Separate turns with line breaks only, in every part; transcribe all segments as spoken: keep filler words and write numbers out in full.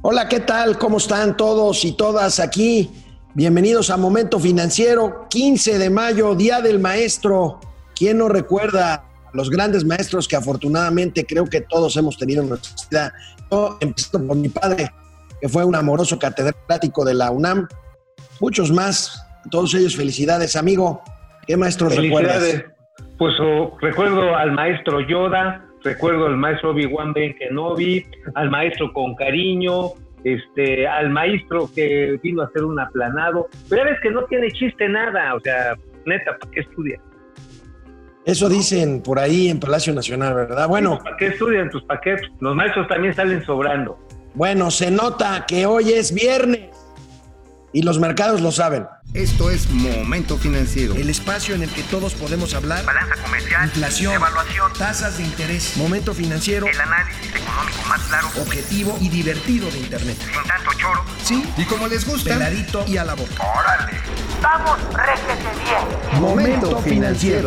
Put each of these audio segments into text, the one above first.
Hola, ¿qué tal? ¿Cómo están todos y todas aquí? Bienvenidos a Momento Financiero, quince de mayo, Día del Maestro. ¿Quién no recuerda a los grandes maestros que afortunadamente creo que todos hemos tenido en nuestra vida? Yo, empezando por mi padre, que fue un amoroso catedrático de la UNAM. Muchos más, todos ellos felicidades, amigo. ¿Qué maestros recuerdas?
Pues oh, recuerdo al maestro Yoda, recuerdo al maestro Obi-Wan Ben Kenobi, al maestro con cariño, este, al maestro que vino a hacer un aplanado, pero ya ves que no tiene chiste nada, o sea, neta, ¿para qué estudian?
Eso dicen por ahí en Palacio Nacional, ¿verdad? Bueno.
¿Para qué estudian tus paquetes? Los maestros también salen sobrando.
Bueno, se nota que hoy es viernes y los mercados lo saben.
Esto es Momento Financiero.
El espacio en el que todos podemos hablar.
Balanza comercial,
inflación,
evaluación,
tasas de interés. Momento Financiero.
El análisis económico más claro,
objetivo y divertido de Internet.
sin tanto choro.
Sí.
Y como les gusta,
Peladito y a la boca.
¡Órale! ¡Vamos, réjete bien!
Momento Financiero.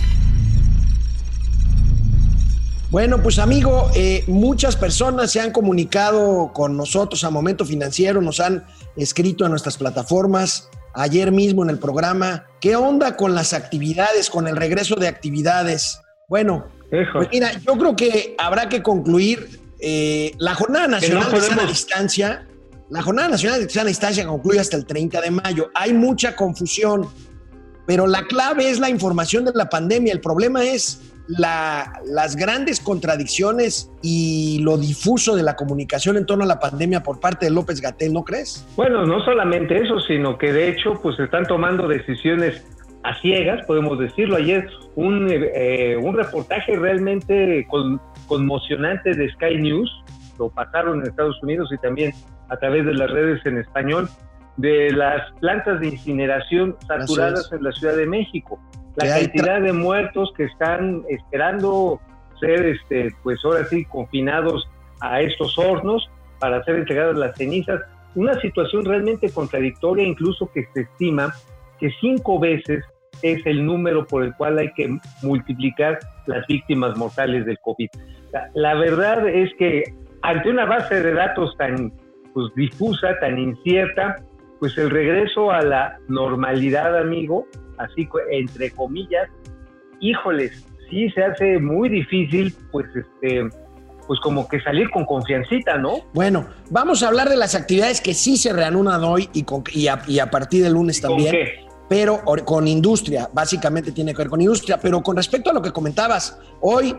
Bueno, pues amigo, eh, muchas personas se han comunicado con nosotros a Momento Financiero, nos han escrito en nuestras plataformas, ayer mismo en el programa. ¿Qué onda con las actividades, con el regreso de actividades? Bueno,
Hijo.
pues mira, yo creo que habrá que concluir eh, la Jornada Nacional
no
de Sana
podemos...
Distancia. La Jornada Nacional de Sana Distancia concluye hasta el treinta de mayo. Hay mucha confusión, pero la clave es la información de la pandemia. El problema es La, las grandes contradicciones y lo difuso de la comunicación en torno a la pandemia por parte de López-Gatell, ¿no crees?
Bueno, no solamente eso, sino que de hecho pues están tomando decisiones a ciegas, podemos decirlo. Ayer un, eh, un reportaje realmente con, conmocionante de Sky News, lo pasaron en Estados Unidos y también a través de las redes en español, de las plantas de incineración saturadas en la Ciudad de México. La cantidad de muertos que están esperando ser, este, pues ahora sí, confinados a estos hornos para ser entregadas las cenizas. Una situación realmente contradictoria, incluso que se estima que cinco veces es el número por el cual hay que multiplicar las víctimas mortales del COVID. La, la verdad es que ante una base de datos tan pues, difusa, tan incierta, pues el regreso a la normalidad, amigo, así entre comillas, híjoles, sí se hace muy difícil, pues este, pues como que salir con confiancita, ¿no?
Bueno, vamos a hablar de las actividades que sí se reanudan hoy y, con, y, a, y a partir del lunes también.
¿Con qué?
Pero con industria, básicamente tiene que ver con industria. Pero con respecto a lo que comentabas, hoy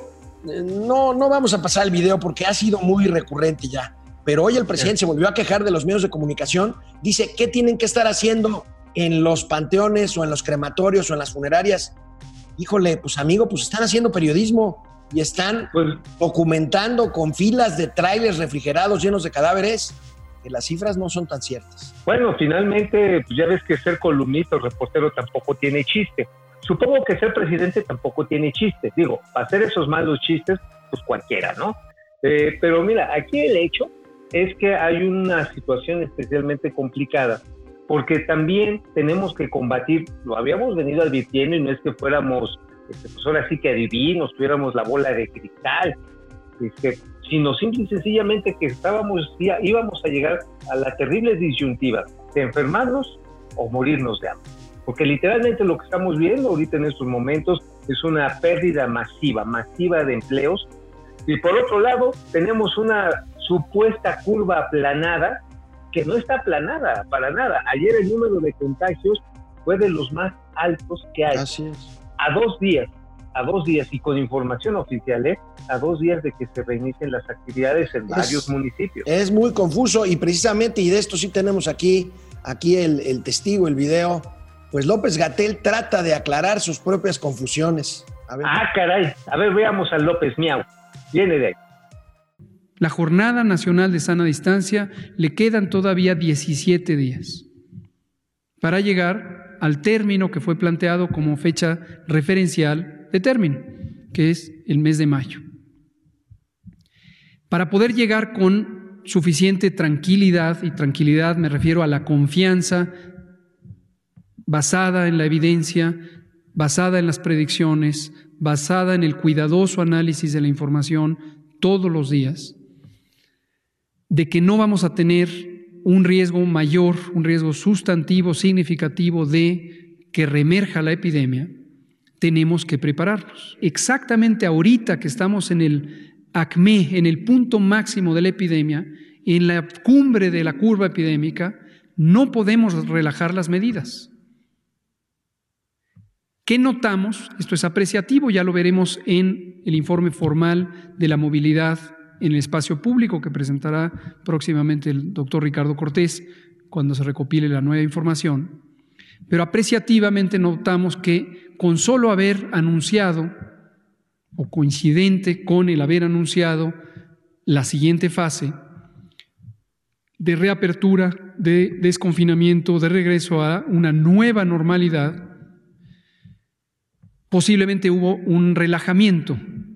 no, no vamos a pasar el video porque ha sido muy recurrente ya. Pero hoy el presidente se volvió a quejar de los medios de comunicación. Dice, ¿qué tienen que estar haciendo en los panteones o en los crematorios o en las funerarias? Híjole, pues amigo, pues están haciendo periodismo y están
pues,
documentando con filas de trailers refrigerados llenos de cadáveres, que las cifras no son tan ciertas.
Bueno, finalmente, pues ya ves que ser columnista o reportero tampoco tiene chiste. Supongo que ser presidente tampoco tiene chiste. Digo, para hacer esos malos chistes, pues cualquiera, ¿no? Eh, pero mira, aquí el hecho es que hay una situación especialmente complicada, porque también tenemos que combatir, lo habíamos venido advirtiendo y no es que fuéramos, este, pues ahora sí que adivinos, tuviéramos la bola de cristal, este, sino simple y sencillamente que estábamos, íbamos a llegar a la terrible disyuntiva de enfermarnos o morirnos de hambre. Porque literalmente lo que estamos viendo ahorita en estos momentos es una pérdida masiva, masiva de empleos. Y por otro lado, tenemos una supuesta curva aplanada que no está aplanada para nada. Ayer el número de contagios fue de los más altos que hay.
Así es.
A dos días, a dos días y con información oficial, ¿eh? a dos días de que se reinicien las actividades en es, varios municipios.
Es muy confuso y precisamente, y de esto sí tenemos aquí, aquí el, el testigo, el video, pues López-Gatell trata de aclarar sus propias confusiones.
A ver. Ah, caray. A ver, veamos a López Miau. Viene de ahí.
La Jornada Nacional de Sana Distancia le quedan todavía diecisiete días para llegar al término que fue planteado como fecha referencial de término, que es el mes de mayo. Para poder llegar con suficiente tranquilidad, y tranquilidad me refiero a la confianza basada en la evidencia, basada en las predicciones, basada en el cuidadoso análisis de la información todos los días, de que no vamos a tener un riesgo mayor, un riesgo sustantivo, significativo de que reemerja la epidemia, tenemos que prepararnos. Exactamente ahorita que estamos en el acmé, en el punto máximo de la epidemia, en la cumbre de la curva epidémica, no podemos relajar las medidas. ¿Qué notamos? Esto es apreciativo, ya lo veremos en el informe formal de la movilidad en el espacio público que presentará próximamente el doctor Ricardo Cortés cuando se recopile la nueva información. Pero apreciativamente notamos que con solo haber anunciado, o coincidente con el haber anunciado la siguiente fase de reapertura, de desconfinamiento, de regreso a una nueva normalidad, posiblemente hubo un relajamiento.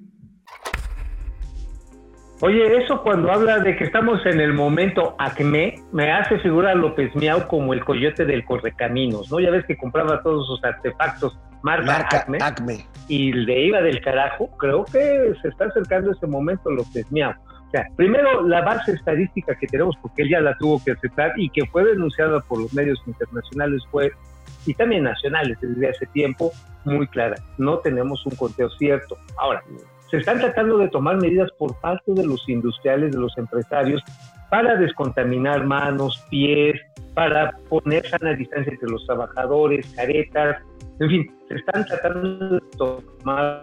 Oye, eso cuando habla de que estamos en el momento acmé, me hace figurar López Miau como el coyote del Correcaminos, ¿no? Ya ves que compraba todos sus artefactos marca, marca Acme, Acme y le iba del carajo. Creo que se está acercando ese momento López Miau. O sea, primero la base estadística que tenemos, porque él ya la tuvo que aceptar y que fue denunciada por los medios internacionales fue, y también nacionales desde hace tiempo, muy clara. No tenemos un conteo cierto. Ahora, se están tratando de tomar medidas por parte de los industriales, de los empresarios, para descontaminar manos, pies, para poner sana distancia entre los trabajadores, caretas, en fin, se están tratando de tomar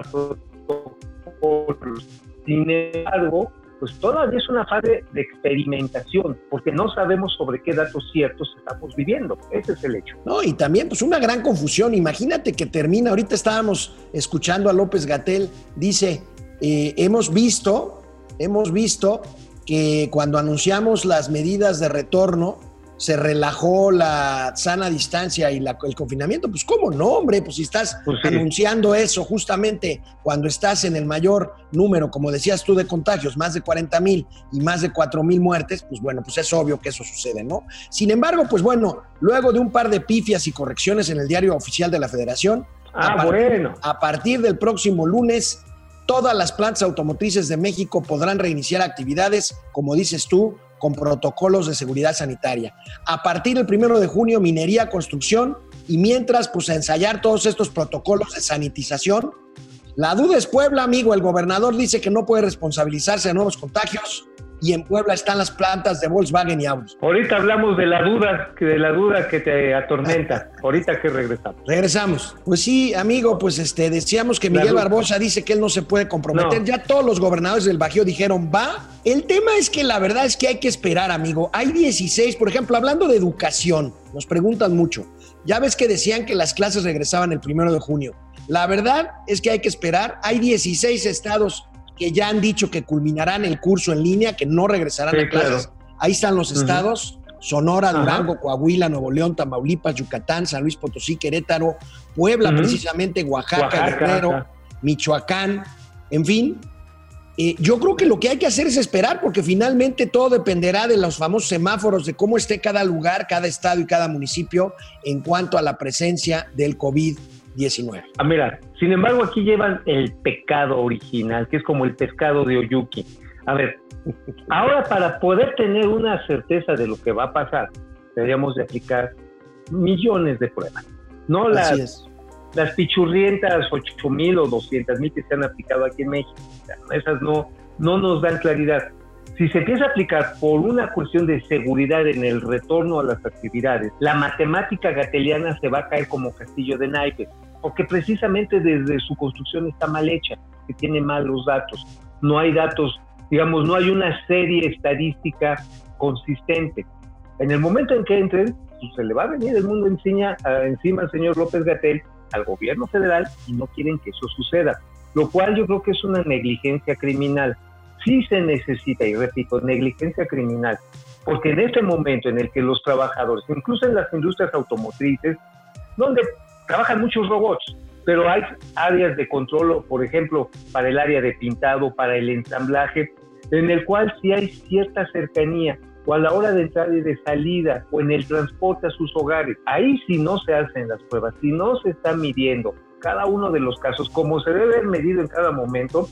protocolos. Sin embargo, pues todavía es una fase de experimentación, porque no sabemos sobre qué datos ciertos estamos viviendo. Ese es el hecho.
No, y también pues una gran confusión. Imagínate que termina, ahorita estábamos escuchando a López-Gatell, dice, eh, hemos visto, hemos visto que cuando anunciamos las medidas de retorno, se relajó la sana distancia y la, el confinamiento. Pues cómo no, hombre, pues si estás pues sí. anunciando eso justamente cuando estás en el mayor número, como decías tú, de contagios, más de cuarenta mil y más de cuatro mil muertes, pues bueno, pues es obvio que eso sucede, ¿no? Sin embargo, pues bueno, luego de un par de pifias y correcciones en el diario oficial de la Federación,
ah,
a partir,
bueno.
a partir del próximo lunes, todas las plantas automotrices de México podrán reiniciar actividades, como dices tú, con protocolos de seguridad sanitaria. A partir del primero de junio, minería, construcción, y mientras, pues, a ensayar todos estos protocolos de sanitización. La duda es Puebla, amigo. El gobernador dice que no puede responsabilizarse de nuevos contagios, y en Puebla están las plantas de Volkswagen y Audi.
Ahorita hablamos de la duda, de la duda que te atormenta. Ahorita que regresamos.
Regresamos. Pues sí, amigo, pues este, decíamos que Miguel Barbosa dice que él no se puede comprometer. No. Ya todos los gobernadores del Bajío dijeron, va. El tema es que la verdad es que hay que esperar, amigo. Hay dieciséis, por ejemplo, hablando de educación, nos preguntan mucho. Ya ves que decían que las clases regresaban el primero de junio. La verdad es que hay que esperar. Hay dieciséis estados que ya han dicho que culminarán el curso en línea, que no regresarán sí, a clases. Claro. Ahí están los estados, uh-huh. Sonora, Durango, uh-huh. Coahuila, Nuevo León, Tamaulipas, Yucatán, San Luis Potosí, Querétaro, Puebla, uh-huh. precisamente, Oaxaca, Oaxaca Guerrero, Oaxaca. Michoacán, en fin. Eh, yo creo que lo que hay que hacer es esperar, porque finalmente todo dependerá de los famosos semáforos, de cómo esté cada lugar, cada estado y cada municipio en cuanto a la presencia del COVID diecinueve.
Ah, mira, sin embargo aquí llevan el pecado original, que es como el pescado de Oyuki. A ver, ahora para poder tener una certeza de lo que va a pasar, deberíamos de aplicar millones de pruebas. No
Así
las,
es.
las pichurrientas ocho mil o doscientas mil que se han aplicado aquí en México. O sea, esas no, no nos dan claridad. Si se empieza a aplicar por una cuestión de seguridad en el retorno a las actividades, la matemática gateliana se va a caer como castillo de naipes, porque precisamente desde su construcción está mal hecha, que tiene malos datos. No hay datos, digamos, no hay una serie estadística consistente. En el momento en que entren, pues se le va a venir el mundo encima, encima al señor López-Gatell, al gobierno federal, y no quieren que eso suceda, lo cual yo creo que es una negligencia criminal. Sí se necesita, y repito, negligencia criminal, porque en este momento en el que los trabajadores, incluso en las industrias automotrices, donde trabajan muchos robots, pero hay áreas de control, por ejemplo, para el área de pintado, para el ensamblaje, en el cual sí hay cierta cercanía, o a la hora de entrada y de salida, o en el transporte a sus hogares. Ahí sí no se hacen las pruebas, si no se está midiendo cada uno de los casos, como se debe haber medido en cada momento,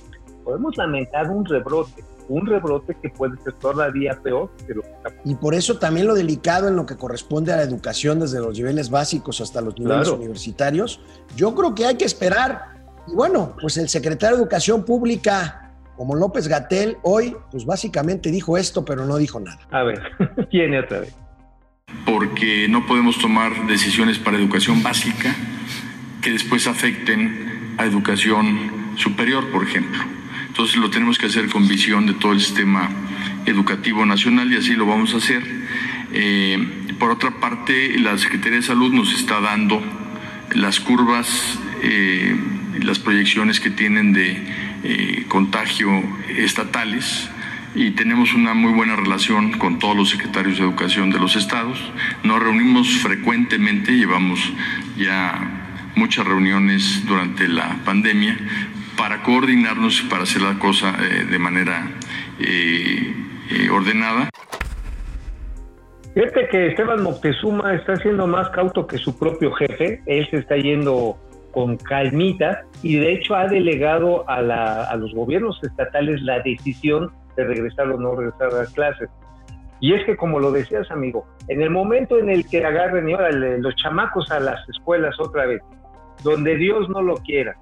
podemos lamentar un rebrote, un rebrote que puede ser todavía peor de lo que está pasando.
Y por eso también lo delicado en lo que corresponde a la educación desde los niveles básicos hasta los niveles
Claro.
universitarios. Yo creo que hay que esperar. Y bueno, pues el secretario de Educación Pública, como López-Gatell, hoy pues básicamente dijo esto, pero no dijo nada.
A ver, viene otra vez.
Porque no podemos tomar decisiones para educación básica que después afecten a educación superior, por ejemplo. Entonces lo tenemos que hacer con visión de todo el sistema educativo nacional y así lo vamos a hacer. Eh, por otra parte, la Secretaría de Salud nos está dando las curvas, eh, las proyecciones que tienen de eh, contagio estatales, y tenemos una muy buena relación con todos los secretarios de educación de los estados. Nos reunimos frecuentemente, llevamos ya muchas reuniones durante la pandemia para coordinarnos y para hacer la cosa eh, de manera eh, eh, ordenada.
Fíjate que Esteban Moctezuma está siendo más cauto que su propio jefe. Él se está yendo con calmita y de hecho ha delegado a, la, a los gobiernos estatales la decisión de regresar o no regresar a las clases. Y es que, como lo decías, amigo, en el momento en el que agarren y órale, los chamacos a las escuelas otra vez, donde Dios no lo quiera,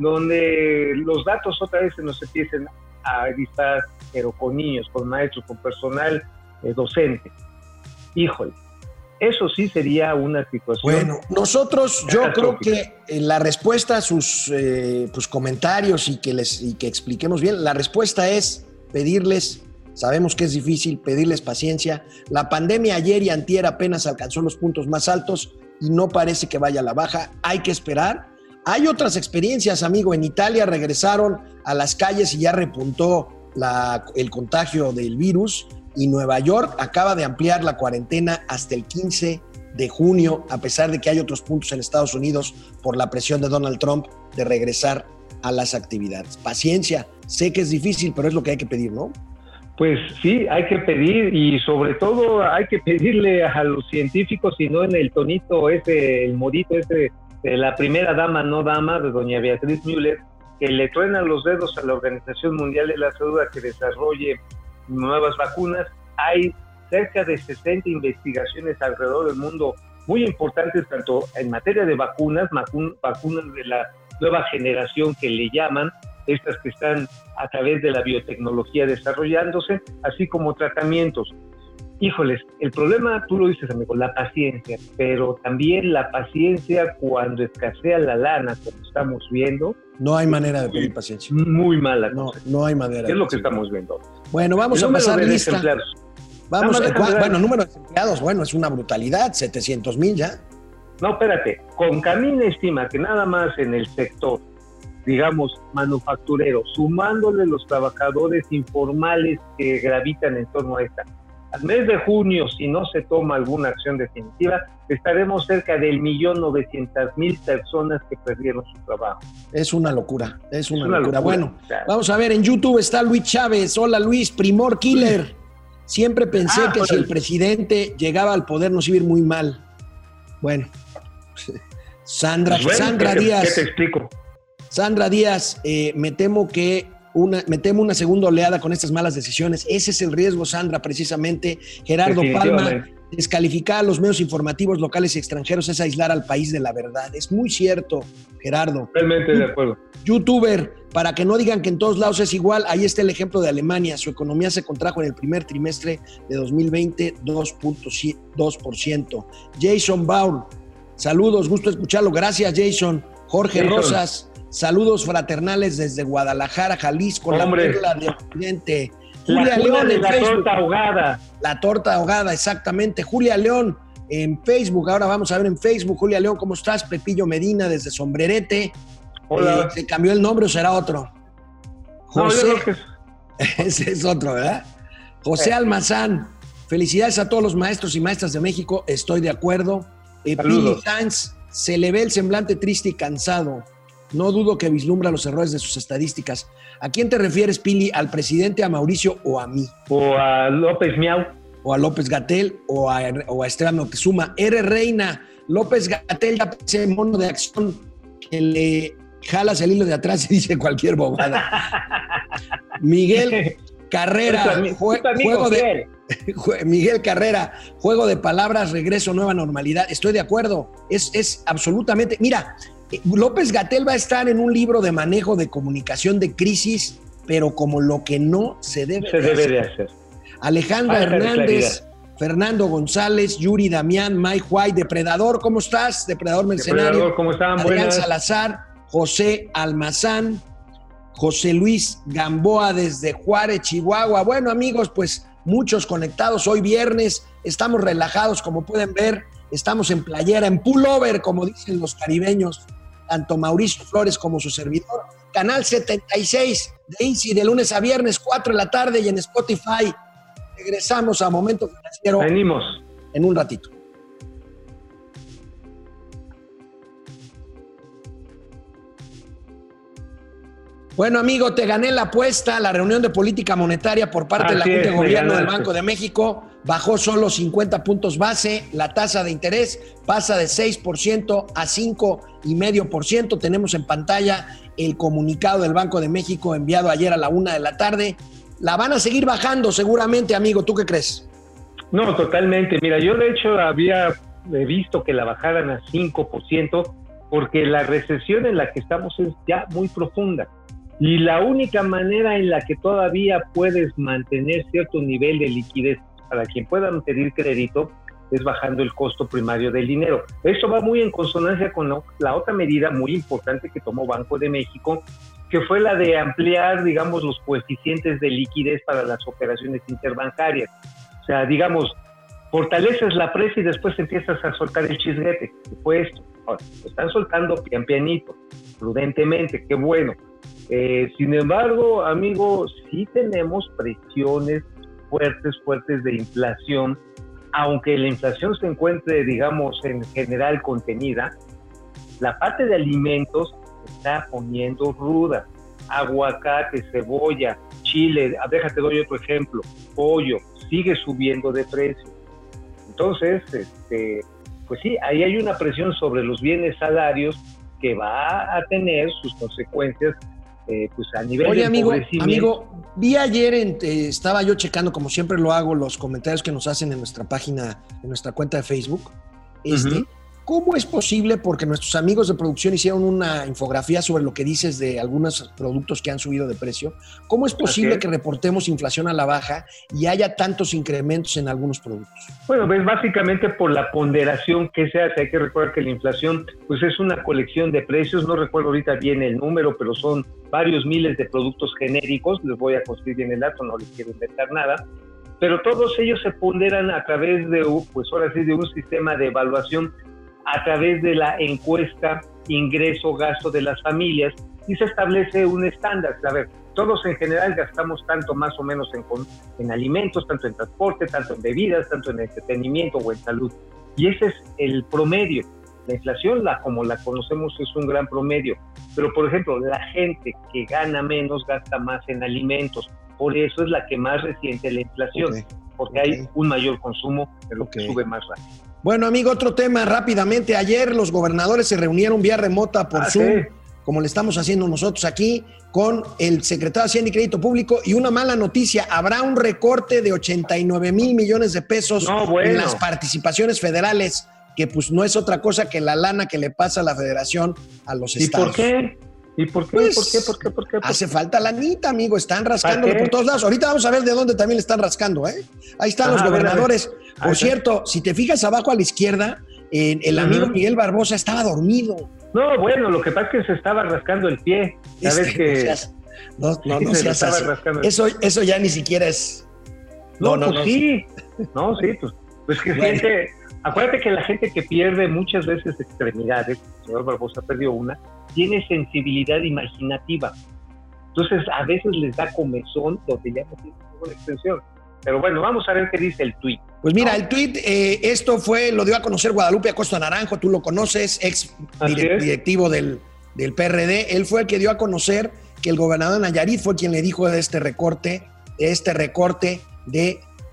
donde los datos otra vez se nos empiecen a disparar, pero con niños, con maestros, con personal eh, docente, híjole, eso sí sería una situación.
Bueno, nosotros, yo creo que la respuesta a sus eh, pues, comentarios y que, les, y que expliquemos bien, la respuesta es pedirles, sabemos que es difícil, pedirles paciencia. La pandemia ayer y antier apenas alcanzó los puntos más altos y no parece que vaya a la baja. Hay que esperar. Hay otras experiencias, amigo. En Italia regresaron a las calles y ya repuntó la, el contagio del virus, y Nueva York acaba de ampliar la cuarentena hasta el quince de junio, a pesar de que hay otros puntos en Estados Unidos por la presión de Donald Trump de regresar a las actividades. Paciencia, sé que es difícil, pero es lo que hay que pedir, ¿no?
Pues sí, hay que pedir, y sobre todo hay que pedirle a los científicos, y no en el tonito ese, el modito ese de la primera dama, no dama, de doña Beatriz Müller, que le truenan los dedos a la Organización Mundial de la Salud a que desarrolle nuevas vacunas. Hay cerca de sesenta investigaciones alrededor del mundo muy importantes, tanto en materia de vacunas, vacunas de la nueva generación que le llaman, estas que están a través de la biotecnología desarrollándose, así como tratamientos. Híjoles, el problema, tú lo dices, amigo, la paciencia, pero también la paciencia cuando escasea la lana, como estamos viendo.
No hay manera de pedir paciencia.
Muy mala
No,
cosa.
no hay manera.
Es lo que estamos viendo.
Bueno, vamos a pasar
de
lista.
desempleados.
Vamos,
Nada más
eh,
déjame
bueno,
ver.
número de desempleados, bueno, es una brutalidad, setecientos mil ya.
No, espérate, Concamín estima que nada más en el sector, digamos, manufacturero, sumándole los trabajadores informales que gravitan en torno a esta, al mes de junio, si no se toma alguna acción definitiva, estaremos cerca del millón novecientas mil personas que perdieron su trabajo.
Es una locura, es una,
Es una
locura.
locura.
Bueno,
O sea,
vamos a ver, en YouTube está Luis Chávez. Hola Luis, Primor Killer. Siempre pensé
Ah,
que
pues.
si el presidente llegaba al poder nos iba a ir muy mal. Bueno, Sandra,
pues bueno,
Sandra
¿qué te-
Díaz.
¿Qué te explico?
Sandra Díaz, eh, me temo que una, me temo una segunda oleada con estas malas decisiones. Ese es el riesgo, Sandra, precisamente. Gerardo Palma,
Definitivamente.
descalificar a los medios informativos locales y extranjeros es aislar al país de la verdad. Es muy cierto, Gerardo.
Realmente de acuerdo.
YouTuber, para que no digan que en todos lados es igual, ahí está el ejemplo de Alemania. Su economía se contrajo en el primer trimestre de dos mil veinte, dos punto dos por ciento. Jason Baul, saludos, gusto escucharlo. Gracias, Jason. Jorge
Jason.
Rosas, saludos fraternales desde Guadalajara, Jalisco,
Hombre.
la perla de Occidente.
La
Julia
cuna
León
de
en
la
Facebook.
torta ahogada.
La torta ahogada, exactamente. Julia León en Facebook. Ahora vamos a ver en Facebook. Julia León, ¿cómo estás? Pepillo Medina desde Sombrerete.
Hola.
Eh, ¿Se cambió el nombre o será otro?
No,
José,
yo creo que es-
ese es otro, ¿verdad? José Almazán, felicidades a todos los maestros y maestras de México, estoy de acuerdo. Eh, Pili
Saludos.
Sanz, se le ve el semblante triste y cansado. No dudo que vislumbra los errores de sus estadísticas. ¿A quién te refieres, Pili? ¿Al presidente, a Mauricio o a mí?
o a López Miau.
¿O a López-Gatell o a, o a Esteban Moctezuma? R. Reina, López-Gatell ya parece mono de acción que le jalas el hilo de atrás y dice cualquier bobada. Miguel Carrera,
Es tu,
jue,
es tu amigo
juego de,
fiel.
Miguel Carrera, juego de palabras, regreso, nueva normalidad. Estoy de acuerdo. Es, es absolutamente. Mira, López-Gatell va a estar en un libro de manejo de comunicación de crisis, pero como lo que no se debe,
Se
de,
debe
hacer.
de hacer.
Alejandra
Falta de
Hernández,
claridad.
Fernando González, Yuri Damián, Mike White, Depredador, ¿cómo estás? Depredador Mercenario.
Depredador, ¿cómo están?
Adrián
Buenas.
Salazar, José Almazán, José Luis Gamboa desde Juárez, Chihuahua. Bueno, amigos, pues muchos conectados hoy viernes. Estamos relajados, como pueden ver. Estamos en playera, en pullover, como dicen los caribeños. Tanto Mauricio Flores como su servidor. Canal setenta y seis de Easy, de lunes a viernes, cuatro de la tarde, y en Spotify. Regresamos a Momento Financiero.
Venimos.
En un ratito. Bueno, amigo, te gané la apuesta. La reunión de política monetaria por parte
Así
de la Junta
es,
de
me
Gobierno del
ganaste.
Banco de México bajó solo cincuenta puntos base. La tasa de interés pasa de seis por ciento a cinco coma cinco por ciento. Tenemos en pantalla el comunicado del Banco de México enviado ayer a la una de la tarde. La van a seguir bajando seguramente, amigo. ¿Tú qué crees?
No, totalmente. Mira, yo de hecho había visto que la bajaran a cinco por ciento porque la recesión en la que estamos es ya muy profunda. Y la única manera en la que todavía puedes mantener cierto nivel de liquidez para quien pueda pedir crédito es bajando el costo primario del dinero. Esto va muy en consonancia con la otra medida muy importante que tomó Banco de México, que fue la de ampliar, digamos, los coeficientes de liquidez para las operaciones interbancarias. O sea, digamos, fortaleces la presa y después empiezas a soltar el chisguete. ¿Qué fue esto? Ahora, lo están soltando pian pianito, prudentemente, qué bueno. Eh, sin embargo, amigo, sí tenemos presiones fuertes, fuertes de inflación, aunque la inflación se encuentre, digamos, en general contenida, la parte de alimentos se está poniendo ruda. Aguacate, cebolla, chile, déjate doy otro ejemplo, pollo, sigue subiendo de precio. Entonces, este, pues sí, ahí hay una presión sobre los bienes salarios que va a tener sus consecuencias. Eh, pues a nivel
Oye,
de
amigo,
empobrecimiento.
amigo, vi ayer, en, eh, estaba yo checando, como siempre lo hago, los comentarios que nos hacen en nuestra página, en nuestra cuenta de Facebook. Este,
Uh-huh.
¿Cómo es posible? Porque nuestros amigos de producción hicieron una infografía sobre lo que dices de algunos productos que han subido de precio. ¿Cómo es posible
Okay.
que reportemos inflación a la baja y haya tantos incrementos en algunos productos?
Bueno, pues básicamente por la ponderación que se hace. Hay que recordar que la inflación pues es una colección de precios, no recuerdo ahorita bien el número, pero son varios miles de productos genéricos. Les voy a construir bien el dato, no les quiero inventar nada, pero todos ellos se ponderan a través de, pues ahora sí, de un sistema de evaluación a través de la encuesta ingreso-gasto de las familias, y se establece un estándar. A ver, todos en general gastamos tanto más o menos en, en alimentos, tanto en transporte, tanto en bebidas, tanto en entretenimiento o en salud. Y ese es el promedio. La inflación, la, como la conocemos, es un gran promedio. Pero, por ejemplo, la gente que gana menos gasta más en alimentos. Por eso es la que más resiente la inflación, okay. porque okay. hay un mayor consumo, pero okay. que sube más rápido.
Bueno, amigo, otro tema rápidamente. Ayer los gobernadores se reunieron vía remota por ah, Zoom, ¿sí? como le estamos haciendo nosotros aquí, con el secretario de Hacienda y Crédito Público. Y una mala noticia, habrá un recorte de ochenta y nueve mil millones de pesos
no, bueno.
en las participaciones federales, que pues no es otra cosa que la lana que le pasa a la federación a los
¿Y
estados.
¿Y por qué? ¿Y por qué?
Pues,
¿Por qué? ¿Por qué? ¿Por qué? ¿Por
hace falta lanita, amigo. Están rascándole por todos lados. Ahorita vamos a ver de dónde también le están rascando, ¿eh? Ahí están Ajá, los gobernadores. A ver, a ver. Por Ahí cierto, está. Si te fijas abajo a la izquierda, eh, el amigo uh-huh. Miguel Barbosa estaba dormido.
No, bueno, lo que pasa es que se estaba rascando el pie. ¿Sabes
este,
que
no seas, no, no, no seas así. Eso, eso ya ni siquiera es...
No, no, pues no, sí. No, sí, pues, pues que bueno. siente... Acuérdate que la gente que pierde muchas veces extremidades, el señor Barbosa perdió una, tiene sensibilidad imaginativa. Entonces, a veces les da comezón donde ya no tiene ninguna extensión. Pero bueno, vamos a ver qué dice el tuit.
Pues mira, ¿no? el tuit, eh, esto fue, lo dio a conocer Guadalupe Acosta Naranjo, tú lo conoces, ex direct, directivo del, del P R D. Él fue el que dio a conocer que el gobernador de Nayarit fue quien le dijo de este recorte, de este recorte de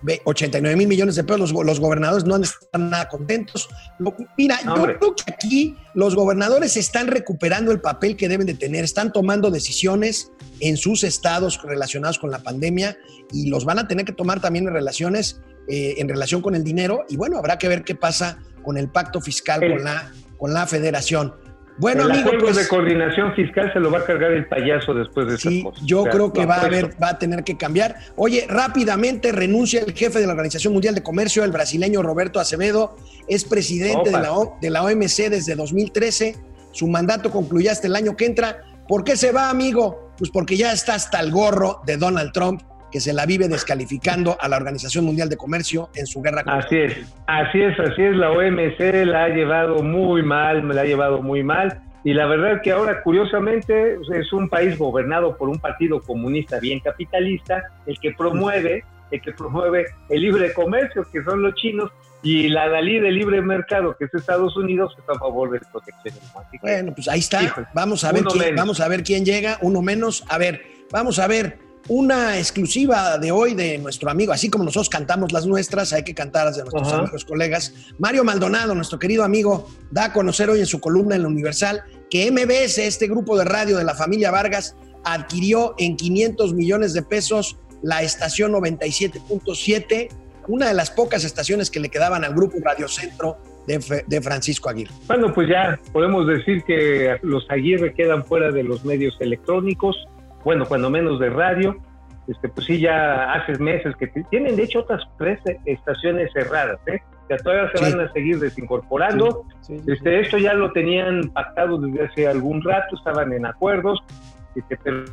ochenta y nueve mil millones de pesos, los, los gobernadores no están nada contentos. Mira, no, yo hombre. creo que aquí los gobernadores están recuperando el papel que deben de tener, están tomando decisiones en sus estados relacionados con la pandemia y los van a tener que tomar también en relaciones, eh, en relación con el dinero, y bueno, habrá que ver qué pasa con el pacto fiscal sí. con, la, con la federación. Bueno,
el
amigo,
acuerdo
pues,
de coordinación fiscal se lo va a cargar el payaso después de
sí,
esas cosas.
Yo
o sea,
creo que va a,
haber,
va a tener que cambiar. Oye, rápidamente renuncia el jefe de la Organización Mundial de Comercio, el brasileño Roberto Acevedo, es presidente de la, o, de la O M C desde dos mil trece, su mandato concluye hasta el año que entra. ¿Por qué se va, amigo? Pues porque ya está hasta el gorro de Donald Trump, que se la vive descalificando a la Organización Mundial de Comercio en su guerra contra
Así es, así es, así es, la O M C la ha llevado muy mal, me la ha llevado muy mal. Y la verdad que ahora, curiosamente, es un país gobernado por un partido comunista bien capitalista, el que promueve, el que promueve el libre comercio, que son los chinos, y la Dalí del libre mercado, que es Estados Unidos, está a favor del proteccionismo.
Bueno, pues ahí está. Híjole, vamos a ver quién, vamos a ver quién llega, uno menos. A ver, vamos a ver una exclusiva de hoy de nuestro amigo, así como nosotros cantamos las nuestras, hay que cantar las de nuestros Ajá. amigos, colegas. Mario Maldonado, nuestro querido amigo, da a conocer hoy en su columna en La Universal que M B S, este grupo de radio de la familia Vargas, adquirió en quinientos millones de pesos la estación noventa y siete punto siete, una de las pocas estaciones que le quedaban al grupo Radio Centro de, de Francisco Aguirre.
Bueno, pues ya podemos decir que los Aguirre quedan fuera de los medios electrónicos, bueno, cuando menos de radio. Este, pues sí, ya hace meses que tienen, de hecho, otras tres estaciones cerradas, ¿eh? O sea, todavía se sí. van a seguir desincorporando. Sí, sí, este, sí. Esto ya lo tenían pactado desde hace algún rato, estaban en acuerdos, este, pero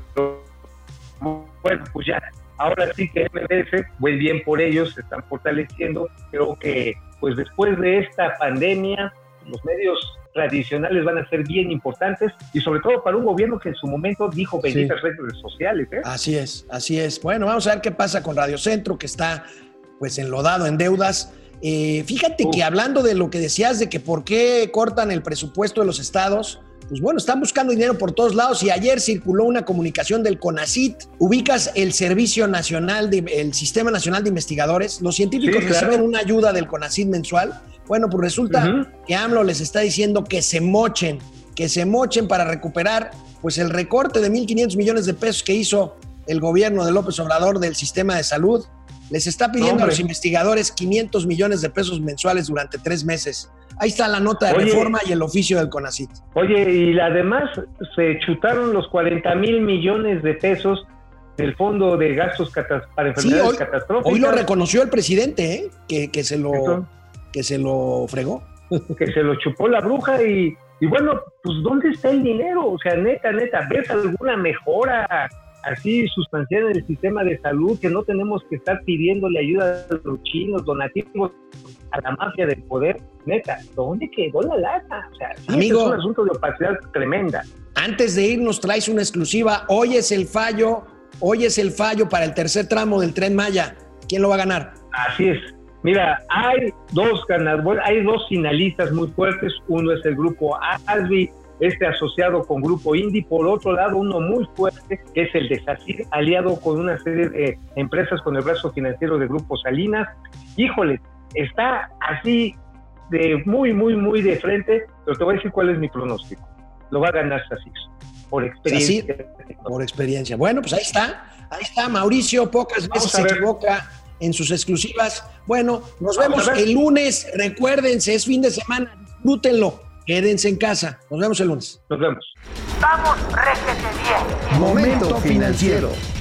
bueno, pues ya, ahora sí que M B S, muy bien por ellos, se están fortaleciendo. Creo que, pues después de esta pandemia, los medios tradicionales van a ser bien importantes, y sobre todo para un gobierno que en su momento dijo benditas sí. redes sociales, ¿eh?
Así es, así es. Bueno, vamos a ver qué pasa con Radio Centro, que está pues enlodado en deudas. Eh, fíjate uh. que hablando de lo que decías de que por qué cortan el presupuesto de los estados, pues bueno, están buscando dinero por todos lados, y ayer circuló una comunicación del CONACYT. Ubicas el Servicio Nacional, de, el Sistema Nacional de Investigadores. Los científicos sí, claro. reciben una ayuda del CONACYT mensual. Bueno, pues resulta uh-huh. que AMLO les está diciendo que se mochen, que se mochen para recuperar pues el recorte de mil quinientos millones de pesos que hizo el gobierno de López Obrador del sistema de salud. Les está pidiendo Hombre. a los investigadores quinientos millones de pesos mensuales durante tres meses. Ahí está la nota de Oye, reforma y el oficio del CONACYT.
Oye, y además se chutaron los cuarenta mil millones de pesos del Fondo de Gastos catas- para Enfermedades sí, hoy, Catastróficas.
Hoy lo reconoció el presidente, ¿eh? que, que, se lo, que se lo fregó.
Que se lo chupó la bruja y, y bueno, pues ¿dónde está el dinero? O sea, neta, neta, ¿ves alguna mejora así sustancial en el sistema de salud, que no tenemos que estar pidiéndole ayuda a los chinos, donativos a la mafia del poder? Neta, ¿dónde quedó la lata? O sea, sí,
amigo,
es un asunto de opacidad tremenda.
Antes de irnos traes una exclusiva. Hoy es el fallo, hoy es el fallo para el tercer tramo del Tren Maya. ¿Quién lo va a ganar?
Así es. Mira, hay dos ganadores, hay dos finalistas muy fuertes. Uno es el grupo ASBI, este asociado con Grupo Indy. Por otro lado, uno muy fuerte, que es el de SACIR, aliado con una serie de empresas con el brazo financiero de Grupo Salinas. Híjole, está así de muy, muy, muy de frente, pero te voy a decir cuál es mi pronóstico. Lo va a ganar SACIR, por experiencia.
SACIR, por experiencia. Bueno, pues ahí está, ahí está Mauricio, pocas veces se equivoca en sus exclusivas. Bueno, nos Vamos vemos el lunes. Recuérdense, es fin de semana, disfrútenlo. Quédense en casa. Nos vemos el lunes.
Nos vemos.
Vamos, réjete bien.
Momento financiero.